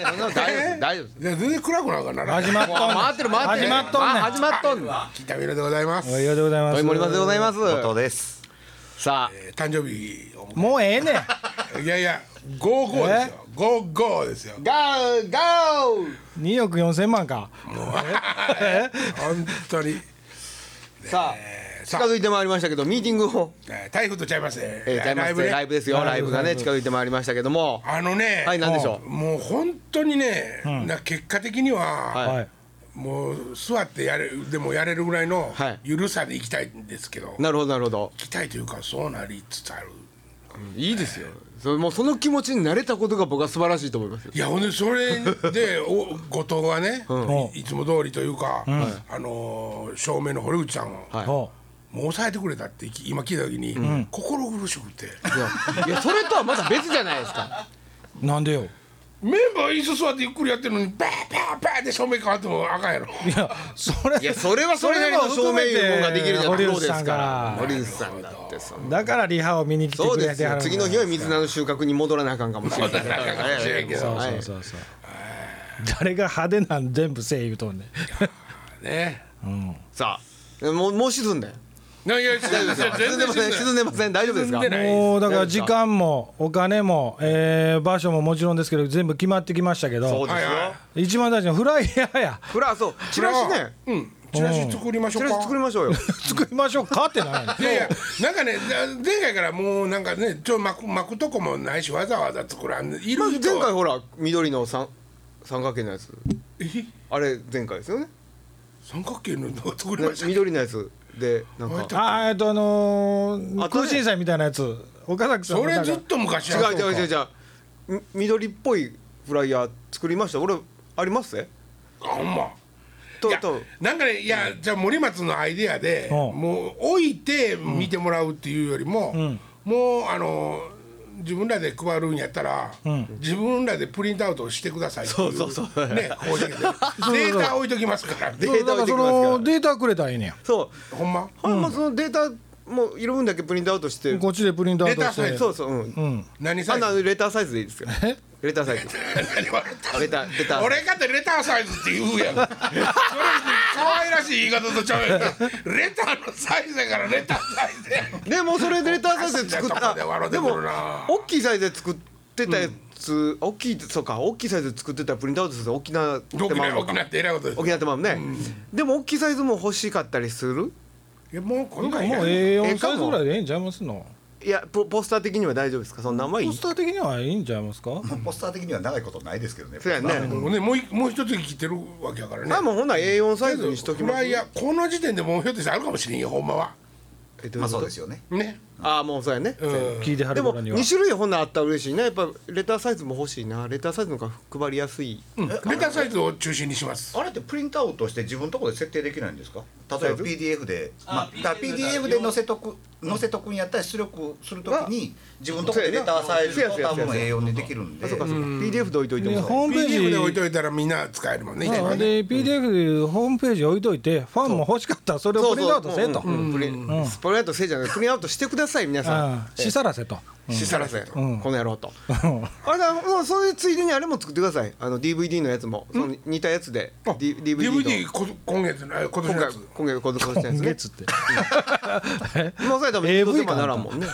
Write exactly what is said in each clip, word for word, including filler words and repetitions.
大丈夫です。 全然暗くなるからな。 始まっとんねん。 回ってる回ってる。 始まっとんねん。 始まっとんねん。 北見でございます。 おいよでございます。 トイモリマスでございます。 後藤です。 さあ、 えー誕生日をもうええねん。 いやいやゴーゴーですよ。ゴーゴーですよ。 ゴーゴー。 におくよんせんまんか。 本当にさあ、近づいてまいりましたけど、ミーティングを、 えー台風とちゃいますね。 えー、ちゃいますね、ライブですよ、ライブがね近づいてまいりましたけども、 あのね、 はい、なんでしょう。 もう本当にね、な結果的には、 はいはい。 もう座ってやれでもやれるぐらいのはいゆるさでいきたいんですけど、 なるほどなるほど。 いきたいというかそうなりつつある。 いいですよ。それもうその気持ちになれたことが僕は素晴らしいと思いますよ。 いやほんでそれでお後藤はね、 んいいつも通りというか、あのー照明の堀口さんを、 はい。 ほもう抑えてくれたって今聞いた時に、心苦しくていや、いやそれとはまた別じゃないですか。 う。なんでよ。 メンバー椅子座ってゆっくりやってるのにバーバーバーって照明変わってもあかんやろ。 いやそれ。 いや、それはそれなりの照明いうもんができるじゃん。プロです堀内さんから。 が堀内さんだってそんな。 だからリハを見に来てそうですよ。 くれてはるんだ。 次の日は水菜の収穫に戻らなあかんかもしれない。 戻らなあかんかもしれんけどそうはいそうそうそう。誰が派手なん全部せえ言うとんねん。 ね。 さあ、もうもう沈んだよ。 いやいや大丈夫ですよ。沈んでません。沈んでません。大丈夫ですか。 沈んでないもうだから時間もお金も、えー場所ももちろんですけど全部決まってきましたけど、 そうですよ。 はいは一番大事なフライヤーやフラそう。チラシね。 うん。チラシ作りましょうか。 チラシ作りましょうよ。 作りましょうかってないいやいやなんかね前回からもうなんかねちょ巻く巻くとこもないしわざわざ作らんいまずる人前回ほら緑の三三角形のやつ。 えあれ前回ですよね。 三角形のの作りました。 緑のやつでなんか。 あーえっとあのーあとね空心菜みたいなやつ岡崎さんそのなんかれずっと昔違う違う違う違う。み緑っぽいフライヤー作りました。俺ありますね。 あほんまいやととなんかねいやじゃあ森松のアイデアでうんもう置いて見てもらうっていうよりも、 んもうあの自分らで配るんやったら、 ん自分らでプリントアウトしてくださいっていうそうそうそうね方針でデータ置いときますからデータそうだからそ置いてきますからのデータくれたらいいねやそう。 ほんまほんまそのデータもういる分だけプリントアウトして。 こっちでプリントアウトしてレターサイズそうそう。うん。 うん何サイズあんなレターサイズでいいですよ。レターサイズ。 何言われたレターレター。 俺かてレターサイズって言うやんそれ可愛らしい言い方とちゃうやんレターのサイズやからレターサイズやんでもそれでレターサイズで作っおかしなとこでた。 笑うてでもくるな大きいサイズで作ってたやつ、大きいそうか大きいサイズで作ってたらプリントアウトすると大きなって大きまうのかな大きなってえらいことです大きなってまうね。でも大きいサイズも欲しかったりする。 いやもうこんなんもう エーよん サイズぐらいでええんちゃいますのいやポポスター的には大丈夫ですか。そんなんはいいポス。ター的にはいいんちゃいますかポスター的には長いことないですけどね。 そうやね。 もうねもういもう一つ切ってるわけやからねあもうほんなら エーよん サイズにしときます。 フライヤーこの時点でもうひょっとしてあるかもしれんよほんまはえどいまあそうことですよね。 ねああもうそうやね。 うん聞いてはでもるからにはに種類ほんならあったら嬉しいな。やっぱレターサイズも欲しいな。レターサイズの方が配りやすい。 うんレターサイズを中心にしますあれってプリントアウトして自分のところで設定できないんですか。例えばサイズピーディーエフ で、まあ、だから ピーディーエフ で載せとく載せとくんやったら出力するときに自分のところでレターサイズと多分 エーよん でできるんで。 あそうかそうか。ピーディーエフ で置いといてでもホームペーピーディーエフ で置いジといたらみんな使えるもんね今あねで ピーディーエフ でホームページ置いといてファンも欲しかったらそれをプリントアウトせえとうんうんプリンスプリントアウトせえじゃなくてプリントアウトしてください皆さん。 ああしさらせとしさらせこんの野郎と。あれだもうそれついでにあれも作ってください。あの ディーブイディー のやつもその似たやつであ D- ディーブイディディーブイディーーこ今月のあ今年今回のやつ今回今度こうしたやつね。 今月ってもうそれ多分エーブイ二度手間ならんもんね。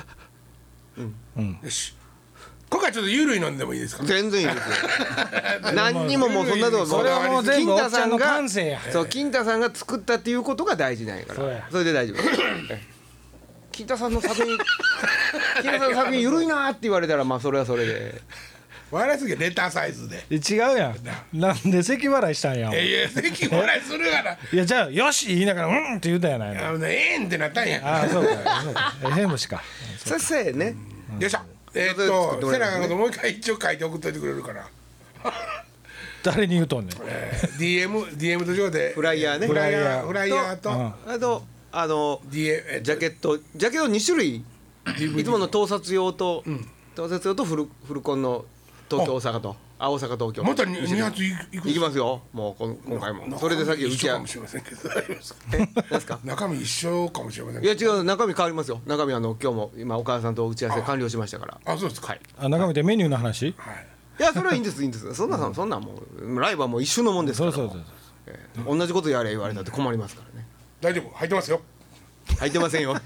よし今回ちょっとゆるいのんでもいいですか全然いいですよ。何にももうそんなとこそれはもう全部おっちゃんの感性やそう金太さんが作ったっていうことが大事なんやからそうやそれで大丈夫。金太さんの作品金太さんの作品ゆるいなーって言われたらまあそれはそれで。 笑いすぎレターサイズで違うやんなんで咳払いしたんやいやいや席笑いするからいやじゃあよし言いながらうんって言うたやないのあのねええんってなったんやああそうかそうかえへん虫かそれせえね。 よっしゃえーっそれ作ってとせもらいますねなあかんこともう一回一応書いて送っといてくれるから誰に言うとんねんえー ディーエム ディーエム と上でフライヤーねフライヤーフライヤーとうんあとあのディーエム えっとジャケットジャケットに種類いつもの盗撮用と盗撮用とフルフルコンの東京大阪とあ大阪東京またにに種類二発いいくいきますよもうこん今回もそれでさっき打ち合一緒かもしれませんけど大丈夫ですかえなんですか。 中身一緒かもしれませんいやけど違う中身変わりますよ。中身あの今日も今お母さんと打ち合わせ完了しましたから。 あそうですかはい。 あ中身でメニューの話はいいやそれはいいんですいいんですそんな、うん、そんなんもうライブはもう一瞬のもんですからそうそうそうそう、 えー、同じことやれ言われたって困りますからね。 大丈夫入ってますよ。 入ってませんよ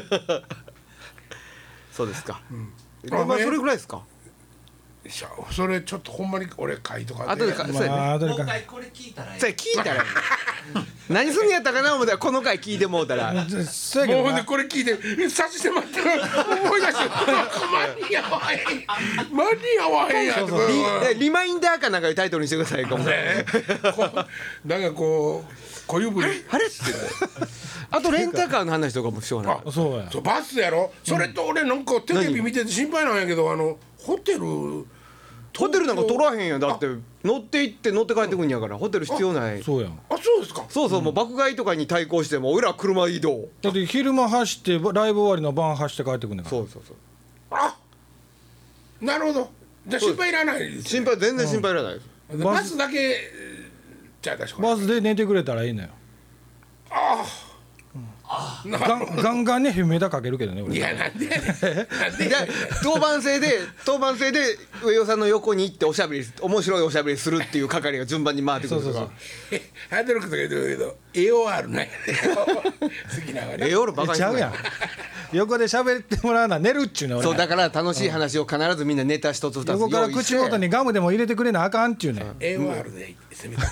そうですか、うん、まあそれぐらいですか。 それちょっとほんまに俺書いとか後でか、そうやね、 もう一回これ聞いたらいい。 それ聞いたら何すんのやったかな思ったらこの回聞いてもうたらもうほんでこれ聞いてさして待って思い出して間に合わへん間に合わへんやん。 そうそうリ, リマインダーかなんかいうタイトルにしてくださいかもねなんかこう小指りあれってあとレンタカーの話とかもしょうがない。 あそうやそうバスやろ、それと俺なんかテレビ見てて心配なんやけど、あのホテルホテルなんか取らへんやん。だって乗って行って乗って帰ってくんやからホテル必要ない。 そうやん。 あそうですか。 そうそう、もう爆買いとかに対抗しても俺ら車移動。 だって昼間走ってライブ終わりの晩走って帰ってくんねんから。 そうそうそう。 あなるほど。じゃあ心配いらないです、ね、 心配全然心配いらないです、 うん、バスだけじゃあ確かにバスで寝てくれたらいいのよ。 ああガンガンガンねメダかけるけどね俺。 いやなんでやねんなんでじゃあ当番制で当番制で上尾さんの横に行っておしゃべり面白いおしゃべりするっていう係が順番に回ってくるとか。 そうそうハードロックとか言ってるけど エーオーアール ない好きながらエーオーアール バカにちゃうやん。横で喋ってもらうのは寝るっちゅうね俺。 そうだから楽しい話を必ずみんなネタ一つ二つ用意して横から口元にガムでも入れてくれなあかんっちゅうねん。 エーオーアール で攻めた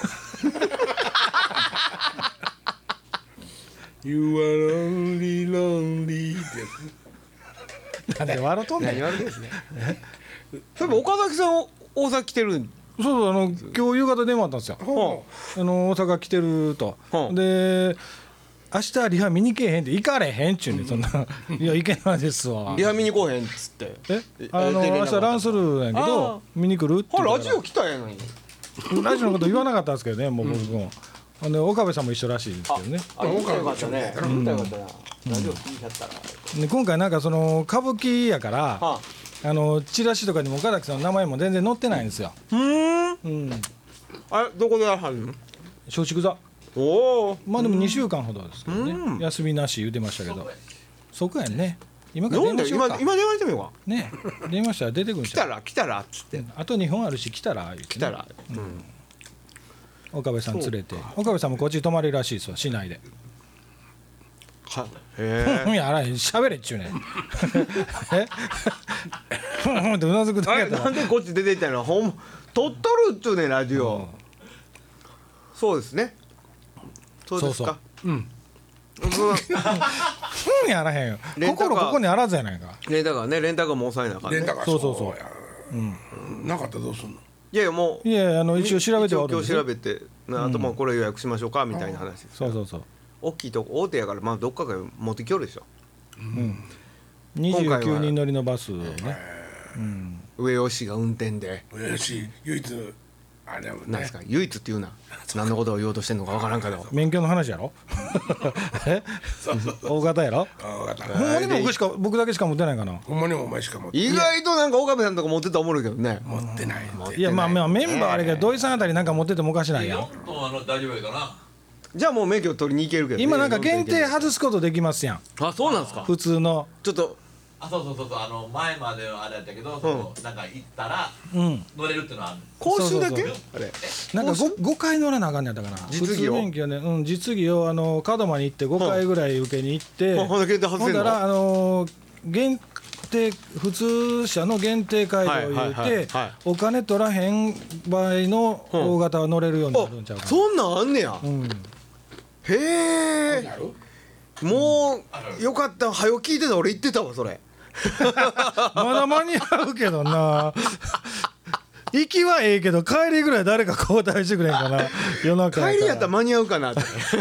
You are only lonely ってなんで笑うとんねん。 何悪いですねそういえば岡崎さん大阪来てるん。 そうそうあの今日夕方電話あったんですよ。 ほあの大阪来てるとうんで明日リハ見に行けへんって行かれへんっちゅうねんそんないや行けないですわ。 リハ見に来おへんっつってえあの明日ランスルーやんけど見に来るって言うからあラジオ来たんやのに。 ラジオのこと言わなかったんですけどねもう僕も、ほんで岡部さんも一緒らしいですけどね。 あ言ったらよかったね言ったらよかったなラジオ聞いちゃったら。 で今回なんかその歌舞伎やからはあのチラシとかにも岡崎さんの名前も全然載ってないんですよ。 うーんうんあれどこでやはるの。 松竹座おおまあでもにしゅうかんほどですけどうんね休みなし言うてましたけどそこやんね。今からなんで今電話しようか今電話してみようか。 ね電話したら出てくるん来たちゃう。 ら来たらっつってあとにほんあるし来たら言うてね来たらうん岡部さん連れて岡部さんもこっち泊まりらしいですわ市内で。 はへふんやあらへん喋れっちゅうねんえふんふんってうなずくだえ。あれけやったらなんでこっち出ていったの。ほん撮っとるっちゅうねんラジオ。そうですね。そうですか。 うんそうふんやあらへんよレンタカー心ここにあらずやないか。 レンタカーねレンタカーも抑えなあかんね。 レンタカーそうそうそうやなかったらどうすんの。 いやいやもういやいやあの一応調べてはあるん一応ですよ調べてあとまあこれ予約しましょうかみたいな話です。 そうそうそう大きいとこ大手やからまあどっかが持ってきよるでしょ。 にじゅうきゅうにん乗りのバスをね上尾市が運転でよし唯一あれもね何ですか唯一っていうな何のことを言おうとしてんのかわからんけど。 免許の話やろえ大型やろあ分かったほんまに僕しか僕だけしか持ってないかな。 ほんまにお前しか持って意外となんか岡部さんとか持ってたらおもろいけどね。 持ってないっていやまあまあメンバーあれけど土井さんあたりなんか持っててもおかしないやん。 よんトンあの大丈夫やかな。 じゃあもう免許取りに行けるけどね。 今なんか限定外すことできますやんあそうなんですか。 普通の。 ちょっとあそうそうそうそうあの前まではあれやったけど、そのなんか行ったらうん乗れるっていうのはある。 講習だけそうそうあれなんか ご, ごかい乗らなあかんねやったかな。 実技を普通免許ね、うん、実技をあの門真に行ってごかいぐらい受けに行って、 ほんで限定外せんの。 ほんだらあの限定普通車の限定街道を言うはいはいはいてはいお金取らへん場合の大型は乗れるようになるんちゃうかな。 あそんなんあんねや。 うん、 へえ。 なるもうよかった早聞いてた俺言ってたわそれ。 まだ間に合うけどな行きはええけど帰りぐらい誰か交代してくれんかな夜中やから帰りやったら間に合うかなって。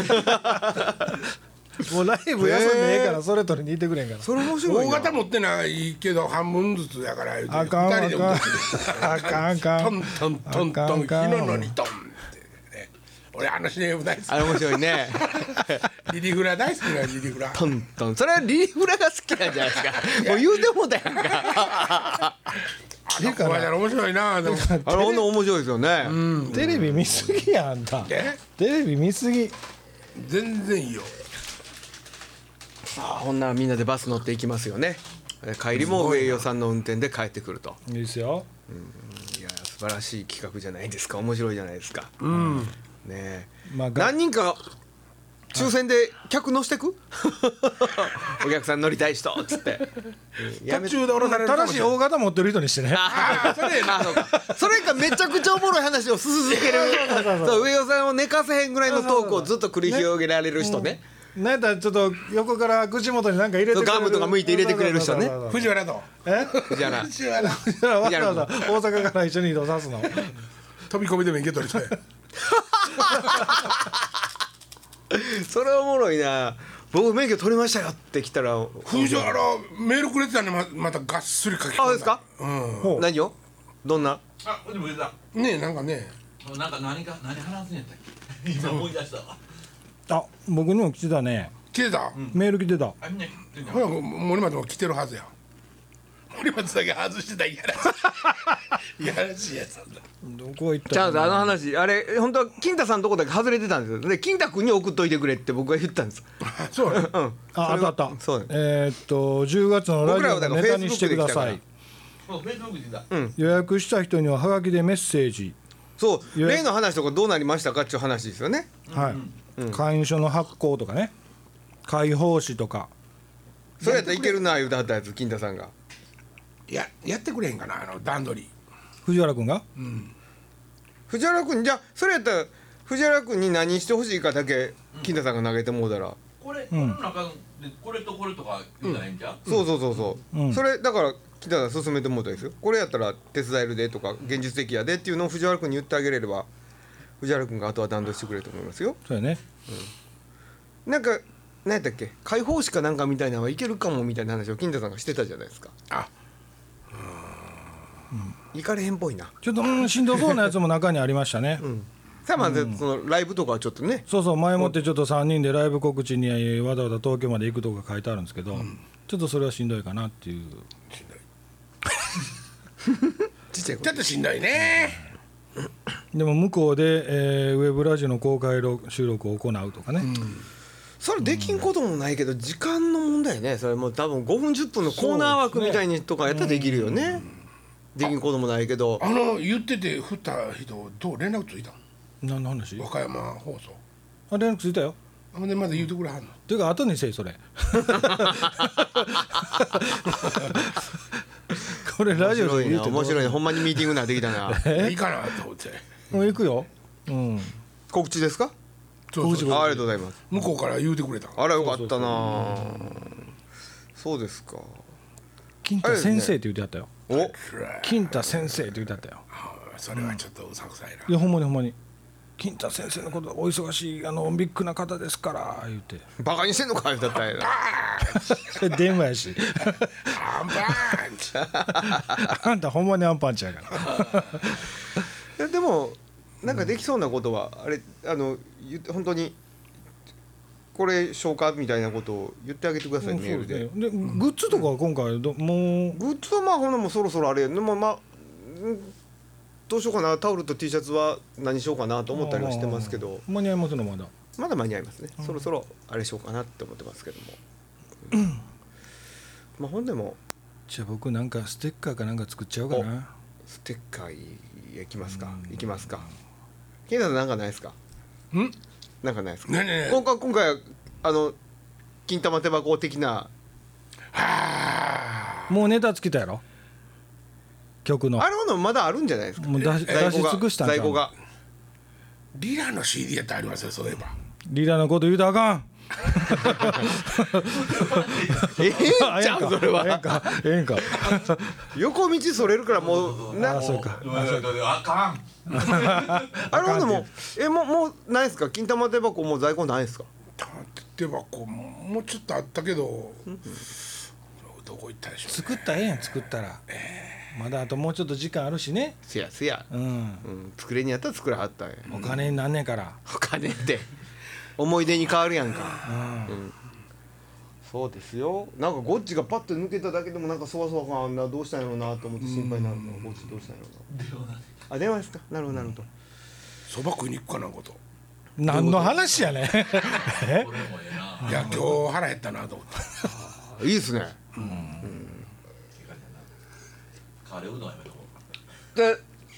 もうライブ休んでええからそれ取りに行ってくれんから。 それ面白いな。 大型持ってないけど半分ずつやから言うてあかんあ二人でかん持ってあかんあかんトントントントンあかんあかん火ののにトンってね俺あの シーエム 大好あれ面白いね。 きリリフラ大好きなリリフラトントンそれはリリフラが好きなんじゃないですか。もう言うてもうたやんか。 あの子はね面白いなでもあれほんと面白いですよね。 テレビ見すぎやあんた。 えテレビ見すぎ。 全然いいよさあほんならみんなでバス乗っていきますよね。帰りも上与さんの運転で帰ってくると。 いいですよ。 いや素素晴らしい企画じゃないですか。面白いじゃないですか。 うんねえ、 まあが何人か抽選で客乗してくお客さん乗りたい人っつってやめ途中で降ろされるか正しいもしれない大型持ってる人にしてね。 あそれあそうかそれかめちゃくちゃおもろい話を続けるそう上尾さんを寝かせへんぐらいのトークをずっと繰り広げられる人ね。 なんやったらちょっと横から口元に何か入れてくれるガムとか剥いて入れてくれる人ねそうそうそうそう藤原とえ藤原藤原わざわざ大阪から一緒に移動さすの。 飛び込みで免許取りたいそれおもろいな。僕免許取りましたよって来たら藤原メールくれてたね。ままたがっすり書き込んだ。 あですかほう何をどんなあ、でも言った。 ねえなんかねなんか何か何話すんやったっけ。今思い出したわ。 あ、僕にも来てたね。 来てた、 メール来てた。 あ、みんな言ってんじゃんほら森松も来てるはずや。森松だけ外してたらいやらしいいやらしいやつなんだ。 どこ行ったじゃああの話あれ本当は金太さんのとこだけ外れてたんですよ。で金太君に送っといてくれって僕が言ったんです。 あそうなのうんあ、あったあった。 そうえーっとじゅうがつのラジオのネタにしてください。 そう、フェイスブックで言った。 予約した人にはハガキでメッセージ。 そう予約例の話とかどうなりましたかっていう話ですよね。 はい。会員証の発行とかね。開放誌とか。 それやったらいけるな言うてはったやつ金太さんが。 ややってくれへんかなあの段取り。 藤原君が？ 藤原君じゃあそれやったら藤原君に何してほしいかだけ金太さんが投げてもうたら、 これ、これの中でこれとこれとか言ったらいいんじゃん。 そうそうそうそう、 うんそれだから金太さん勧めてもうたんですよ。これやったら手伝えるでとか現実的やでっていうのを藤原君に言ってあげれれば藤原君があとは段取りしてくれると思いますよ。 そうやね。 なんか何やったっけ開放誌かなんかみたいなのはいけるかもみたいな話を金太さんがしてたじゃないですか。 あ行かれへんっぽいな。 ちょっとうんしんどそうなやつも中にありましたね。 さあまずそのライブとかはちょっとね、 そうそう、前もってちょっとさんにんでライブ告知にわざわざ東京まで行くとか書いてあるんですけど、ちょっとそれはしんどいかなっていう。 ちっちゃい子ちょっとしんどいね。 でも向こうで、えーウェブラジオの公開録収録を行うとかね、 それできんこともないけど時間の問題ね。それもう多分ごふんじゅっぷんのコーナー枠みたいにとかやったらできるよね。できんこともないけどあの言ってて振った人どう連絡ついた何の話？ 和歌山放送。 あ、連絡ついたよ。 ほんでまだ言うてくれはんの。 ていうか後にせいそれこれラ面ジオ白いなで言うてどう面白いな。ほんまにミーティングになってきたな。 いいかなと思って。 もう行くよ。うん。 告知ですか？ そうそうあありがとうございます。 向こうから言うてくれた。 あらよかったな。そうですか。 金太先生って言ってあったよ。 お金太先生って言ってあったよ。 それはちょっとうさくさいな。 いやほんまにほんまに。金太先生のことお忙しいあのビッグな方ですから言うて。 バカにしてんのかよだったらそれ電話やし。 アンパンチ。 あんたほんまにアンパンチやから。 でもなんかできそうなことはあれあの言って本当にこれ消化みたいなことを言ってあげてください、メールで。 でグッズとかは今回どもうグッズはまあほんなもうそろそろあれでもまあうんどうしようかな。タオルと T シャツは何しようかなと思ったりはしてますけど間に合いますのまだ。 まだ間に合いますね。そろそろあれしようかなって思ってますけども、まあほんでもじゃあ僕なんかステッカーかなんか作っちゃおうかな。 ステッカーいきますかいきますか。金田さんなんかないですか？ ん？ なんかないですか？ ねえねえねえ今回今回あの金玉手箱的なもうネタ尽きたやろ曲の。 あれのまだあるんじゃないですか？ もう出し在庫が出し尽くしたんちゃう在庫がリラの シーディー やってありますよそういえば。 リラのこと言うたらあかん。 ええあちゃうそれええんはかええんか。 横道それるからもうなあそうか。 あかん。 あれほんでもえもうもうないですか？金玉手箱もう在庫ないですか？ 手箱もうちょっとあったけど、どこ行ったでしょうね。 作ったらええやん作ったら。まだあともうちょっと時間あるしね。 せやせや、 うん。 うん、作れにやったら作らはったんや。 お金になんねんから。 お金って思い出に変わるやんか、うんそうですよ。なんかゴッチがパッと抜けただけでもなんかそわそわ感あんなどうしたんやろうなと思って心配になるの。ゴッチどうしたんやろうな。あ電話ですか？なるほどなるほど。 そば食いに行くかなこと。 何の話やねん。え？ これもええな。 いや今日腹減ったなと思った。 いいですね。 カレーうどんやめとこう。 で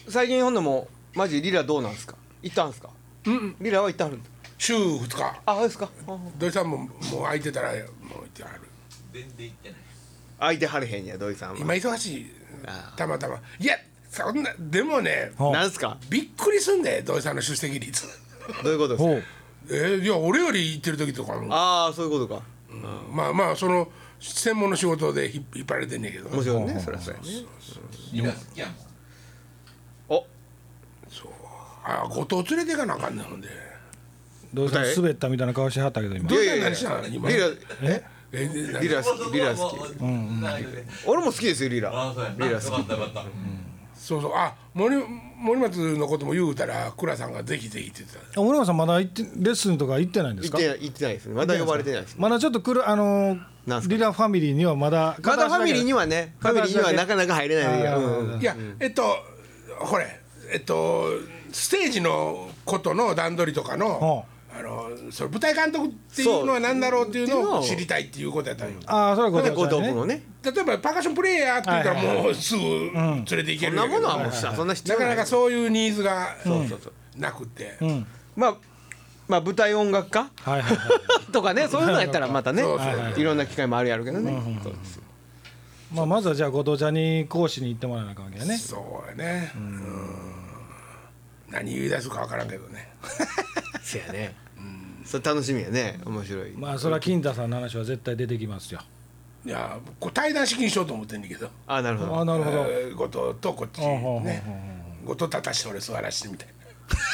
最近ほんのもマジリラどうなんですか？行ったんですか？ うんリラは行ったはるんですか？ 週ふつかあ、そうですか。あ土井さんももう空いてたらもう行ってはる全然行ってない。 空いてはれへんや土井さんは。 今忙しいあたまたまいやそんなでもねほうなんすか？ びっくりすんで土井さんの出席率どういうことですか？ ほうえー、いや俺より行ってる時とかもああ、そういうことか。 まあまあその専門の仕事で引っ引っ張られてんねんけどもちろんね、そりゃそうやね。 リラ好きやもん。 お、 あ後藤連れていかなあかんねんほんでどうせ滑ったみたいな顔してはったけど今どういやいやいや何したの今リラ、 ええーリラ好き、リラ好き。 うん。 俺も好きですよリラ。 あ、そうや。 リラ好き。 よかったよかった。 そうそうあ森森松のことも言うたら倉さんがぜひぜひって言ってたあ森山さんまだ行ってレッスンとか行ってないんですか？ 行ってない行ってないですね。まだ呼ばれてないですね。 まだちょっと来るあのなんすかリラファミリーにはまだまだファミリーにはね、ファミリーにはなかなか入れないで。 あーうんうんいや、えっとこれえっとステージのことの段取りとかのほあのそれ舞台監督っていうのは何だろうっていうのを知りたいっていうことやったんよああそれはそれで後後藤さんね藤君をね。 例えばパーカッションプレイヤーって言ったらはいはいもうすぐ連れて行けそんなものるんやけどはもうさ、そんな必なか要ない。 なかそういうニーズがそうそうそう。 なくてうんまあまあ舞台音楽家はいはいはいとかね、そういうのやったらまたねそうそうそう、 いろんな機会もあるやるけどね。そうですよ。 まあまずはじゃあ後藤ちゃんに講師に行ってもらわなあかんわけやね。 そうやねうん何言い出すか分からんけどねせやね。それ楽しみやね。面白い。 まあそれは金太さんの話は絶対出てきますよ。 いやこう対談式にしようと思ってんだけどあ、なるほど。 ああなるほど。 えー後藤とこっちほうほうほうほうね後藤立たして俺座らしてみたいな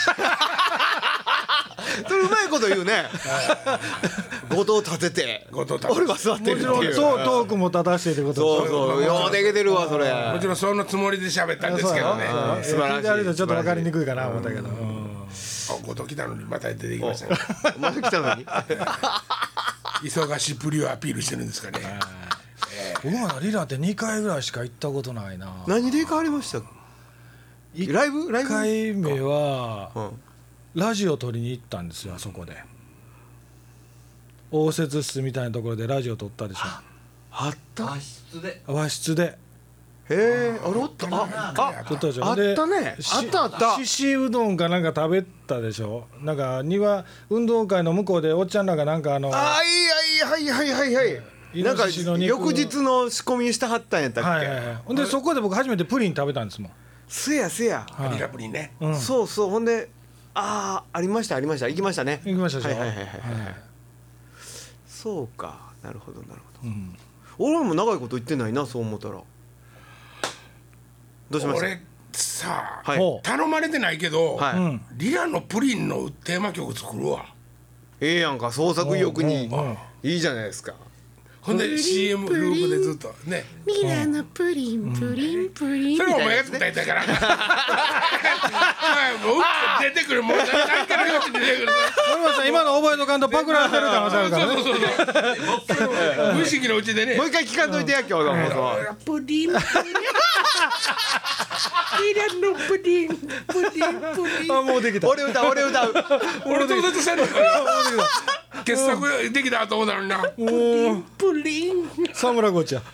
それうまいこと言うね。後藤立てて、 後藤立て俺は座ってるってもちろんいう。 そうトークも立たしてってことそうでしょ。 そう、ようできてるわそれ。 もちろんそのつもりで喋ったんですけどねそうやろうん素晴らしい聞いてあるとちょっと分かりにくいかな思ったけど。うんあ後藤来たのにまた出てきましたねお前来たのに。 忙しいプリをアピールしてるんですかね僕はリラってにかいぐらいしか行ったことないな。 何で変わりました？ライブ？ライいっブ？ かいめはうん。 ラジオ撮りに行ったんですよあそこで。応接室みたいなところでラジオ撮ったでしょ。 あった。 和室で。 和室でへえ、あれあった。あ、あ、 撮ったでしょ。 あったねでしあったあったししうどんかなんか食べたでしょ。なんか庭運動会の向こうでおっちゃんらがなんかあのあ、いいはいはいはいはいはい。 イなんかノシシの肉翌日の仕込みしたはったんやったっはいはいはいけ？ ほんでそこで僕初めてプリン食べたんですもん。 せやせや。 はいリラプリねうんそうそう、ほんで、ああ、ありましたありました、行きましたね。 行きましたでしょ。 はいはいはいはいはい。 はいそうか、なるほどなるほど。 うん俺も長いこと言ってないな、そう思ったら。どうしました？ 俺さあはい。 ほう頼まれてないけどはい。 うんリラのプリンのテーマ曲作るわええやんか、創作意欲にうんうんうんいいじゃないですか。 ほんで シーエム ループでずっとねミラノプリンプリンプリンそれはお前が作ったやつだからもう出てくるもう何からよって出てくる森本さん今の覚えとかんとパクられてる可能性あるからね。 そうそうそう無意識のうちでねもう一回聞かんといてや、今日の放送。 プリンプリンリラのプリンプリンプリンあもうできた。 俺歌う俺歌う。 俺友達したんだから傑作できたと思ったのになプリンプリンサムラゴチや。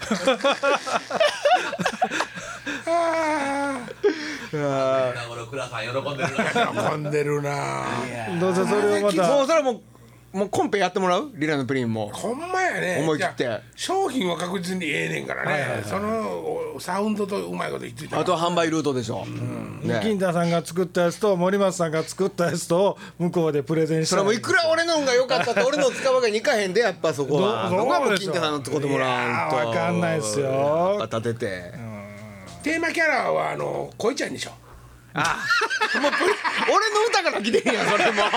あ俺倉さん喜んでるな。 あ喜んでるなどうせそれをまもたうそれはもうもうコンペやってもらう？リラのプリンも。 ほんまやね思い切ってじゃあ商品は確実にええねんからねそのサウンドとうまいこと言ってたあとは販売ルートでしょ。ね。 金田さんが作ったやつと森松さんが作ったやつと向こうでプレゼンしたらそれもいくら俺のんが良かったって俺の使うわけにいかへんで、やっぱそこは。 どうそこはもうどうでしょう金太さんのとこでもらわんと。 いやーわかんないっすよ立てて。 テーマキャラはあの恋ちゃんでしょあ、もうプリン俺の歌から来てんやんそれも。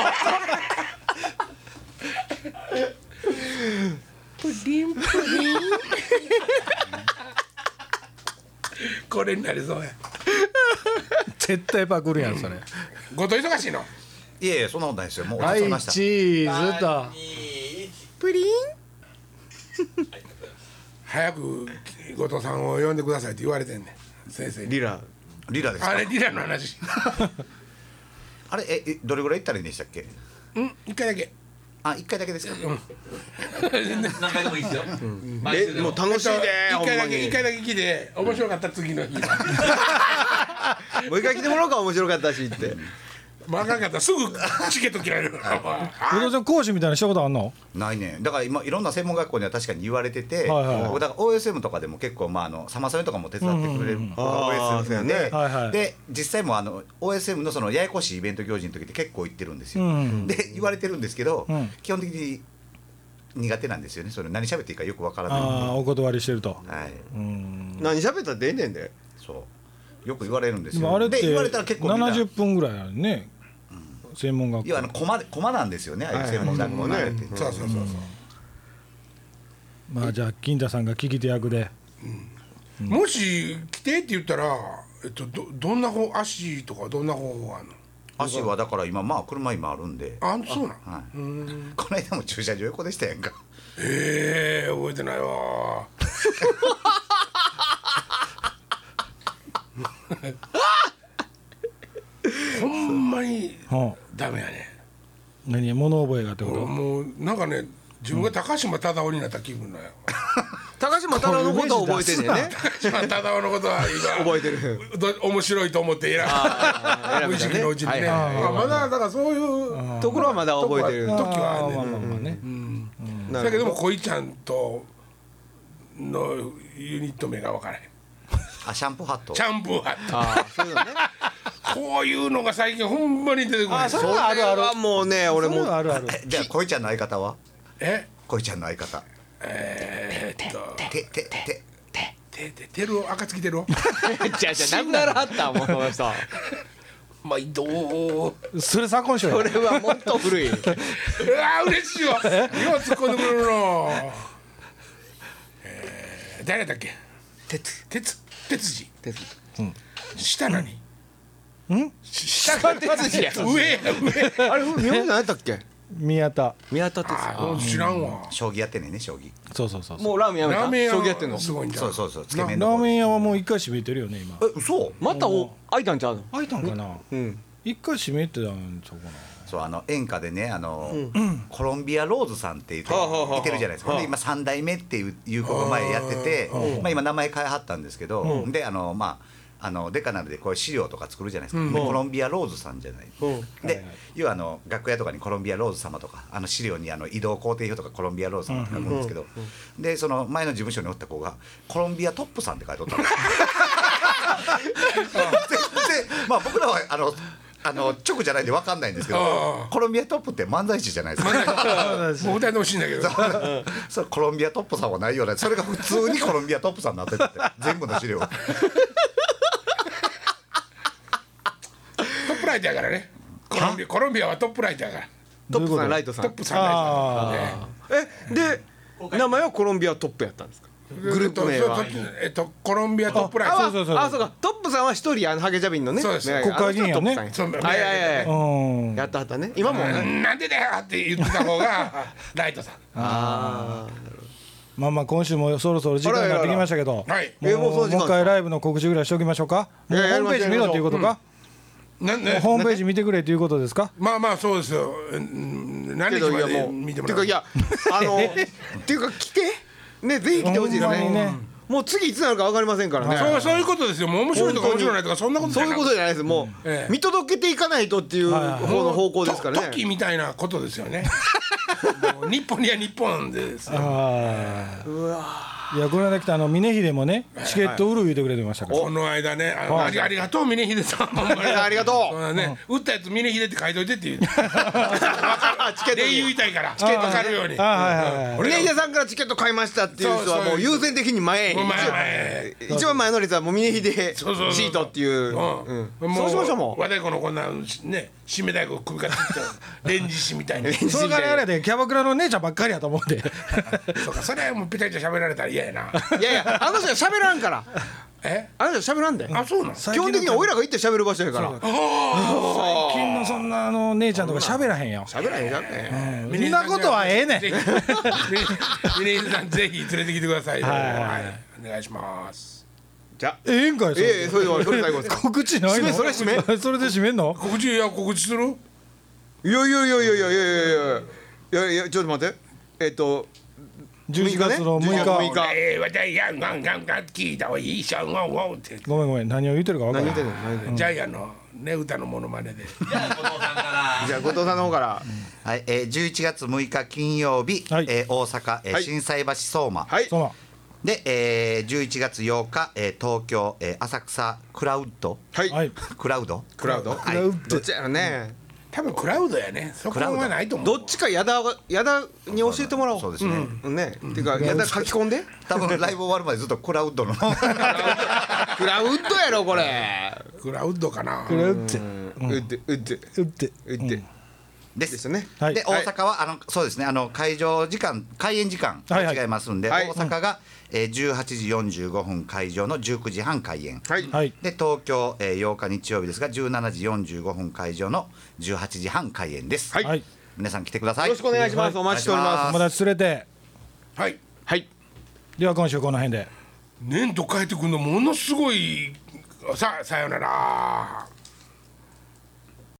プリンプリンこれになりそうや絶対パクるやんそれ。 後藤忙しいのいやいやそんなことないですよもう落はいち着きましたチーズとプリン。 早く後藤さんを呼んでくださいって言われてんねん先生にリラ。 リラですかあれリラの話あれええどれぐらい行ったらいいんでしたっけうん一回だけあ一回だけですか何回でもいいですよ。毎週え、 でもう楽しいで一ほんまに。 回だけ一回だけ来て面白かった次の日もう一回来てもらおうか面白かったしってまああかんかったらすぐチケット切られるからお父ちゃん講師みたいなしたことあんの？ ないね。だから今いろんな専門学校には確かに言われてて、 はいはい僕だから オーエスエム とかでも結構まああのサマソニとかも手伝ってくれる子が オーエスエム で、 はいはいで実際もあの オーエスエム のそのややこしいイベント行事の時って結構行ってるんですよ。 うんで言われてるんですけど、 うん基本的に苦手なんですよね。それ何喋っていいかよくわからないんで。 ああお断りしてると。 はい。 うん何喋ったってええねんでそうよく言われるんですよ。 でもあれってで言われたら結構みんなななじゅっぷんぐらいあるね、専門学校。 要はあのコマでコマなんですよね。ああいう専門学校のあれって。 そうそうそうそうまあじゃあ金太さんが聞き手役で。 もし来てって言ったら、えっと、どどんな方足とかどんな方法あんの？ 足はだから今まあ車今あるんで。 あそうなんはい。この間も駐車場横でしたやんか。 ええ覚えてないわほんまにはあ、 ダメやね何物覚えがってこと？ もうなんかね自分が高島忠夫になった気分だよ高島太郎のことは覚えてんねんね高島忠夫のことは今覚えてるど面白いと思って選ぶ無意識のうちにね、 はいはいあまだだからそういうところはまだ覚えてる時はあんねんまあまあまあね。 なるほどだけども恋ちゃんとのユニット名が分からへんあシャンプーハット。 シャンプーハットああそういうのねこういうのが最近ほんまに出てこないそれはもうね俺それもはあるある。 えじゃあ恋ちゃんの相方は？ え恋ちゃんの相方。 えーっとててて。 てててるお暁てるおじゃあじゃあなくならはったもうその人毎度それ左近賞や。 それはもっと古いうわ嬉しいわよう突っ込んでくれるのえー誰だっけ鉄鉄鉄次鉄下何ん？ 下が鉄次や上や上あれ名字何やったっけ宮田。 宮田鉄あ知らんわ将棋やってんねんね将棋。 そうそうそうそう。 もうラーメンやめたラーメン屋将棋やってんのすごいんじゃんそうそうそうつけ麺ラーの方。 メン屋はもう一回閉めてるよね今。 え嘘？ またお開いたんちゃうの開いたんかな。 うん一回閉めてたんちゃうかな。 そうあの演歌でねあの、コロンビアローズさんって言って、 はあはあはあいてるじゃないですか。 はあで今三代目っていういう子が前やってて、まあ今名前変えはったんですけど、であのまあ。あのデカナルでこういう資料とか作るじゃないですか、でコロンビアローズさんじゃない、 うんで、要はあの楽屋とかにコロンビアローズ様とかあの資料にあの移動工程表とかコロンビアローズ様って書くんですけど、でその前の事務所におった子がコロンビアトップさんって書いておったんですででまあ僕らはあのあの直じゃないんで分かんないんですけどああコロンビアトップって漫才師じゃないですかもう二人とも死んだけどそれコロンビアトップさんはないよねそれが普通にコロンビアトップさんになってて全部の資料トップライトやからねコロンビアコロンビアはトップライトやからトップさんライトさんトップさんライトあねえで名前はコロンビアトップやったんですかグループ名はそうそうえっとコロンビアトップライあトそうそうそうあそうかトップさんは一人あのハゲジャビンのねそうですね国会議員やねあの人はトップさんそうやはいはいはいうん。 やったはったね今もなんでだよって言ってた方がライトさんあまあまあ今週もそろそろ時間になってきましたけど、 はいえもうその時間もう一回ライブの告知ぐらいしておきましょうか。もうホいやームページ見ろということか。 なんでホームページ見てくれということですか。 まあまあそうですようん何け日までどいやもう見てもらうっていうかいやあのっていうか来てねぜひ来てほしいですねほんまにねもう次いつなるか分かりませんからねそうそういうことですよもう面白いとか面白いないとかそんなことじそういうゃなくことじゃないですもう、 ええ見届けていかないとっていうはいはい方の方向ですからねと時みたいなことですよねもう日本には日本ですよああ。いやこの間来たあの峰秀もねチケット売る言ってくれてましたから。 この間ねあのありありがとう峰秀さんほんまにありがとうそうだね打ったやつ峰秀って書いといてって言うチケットで言いたいからチケット分かるようにあはいはいはい。 峰秀さんからチケット買いましたっていう人はもう優先的に前もう前前一番前の列はもう峰秀シそうそうそうートっていううんうんそうしましょうもう和太鼓のこんなね締め太鼓首からつってレンジ師みたいにそれからあれでキャバクラの姉ちゃんばっかりやと思って。 そうかそれはもうペタイチャ喋られたら嫌やないやいやあの人は喋らんからえあの人は喋らんであそうなの基本的には俺らが行って喋る場所やから最近のそんなあの姉ちゃんとか喋らへんよ。 喋らへんじゃんねそんなことはええねん。 ぜひミネさんぜひ連れてきてください。 はいはいお願いします。 じゃあええんかいそれ。 ええそれではそれ最後ですか告知ないの。 締めそれ締めそれで締めんの。 告知や告知する？ いやいやいやいやいやいやいやいやいやいやちょっと待ってえっとじゅういちがつのむいかむいかえー、わたいやんがんがんがん聞いたわいいしょんがんがんってごめんごめん何を言ってるか分から何ん言ってんの何言ってんのジャイアンのね歌のモノマネでじゃあ後藤さんからじゃあ後藤さんの方からはい、えー、じゅういちがつむいか金曜日、 はいえー大阪、えーはい心斎橋相馬、 はいそうなで、えー、じゅういちがつようか、えー東京、えー浅草クラウドはいはいクラウドクラウドはいクラウどっちやろね多分クラウドやねそこはないと思うどっちか矢田が矢田に教えてもらおうそうですね、 うんねてか矢田書き込んで多分ライブ終わるまでずっとクラウドのクラウドやろこれクラウドかなクラウってうってうって打ってうってですですよねはいで大阪はあのそうですねあの会場時間開演時間はいはい違いますんで、 はい大阪が、えー、じゅうはちじよんじゅうごふん会場のじゅうくじはん開演、 はいはいで東京、えー、ようか日曜日ですがじゅうしちじよんじゅうごふん会場のじゅうはちじはん開演です、 はいはい皆さん来てくださいよろしくお願いしますお待ちしております友達連れてはいはいでは今週この辺で年と帰ってくるのものすごいささよなら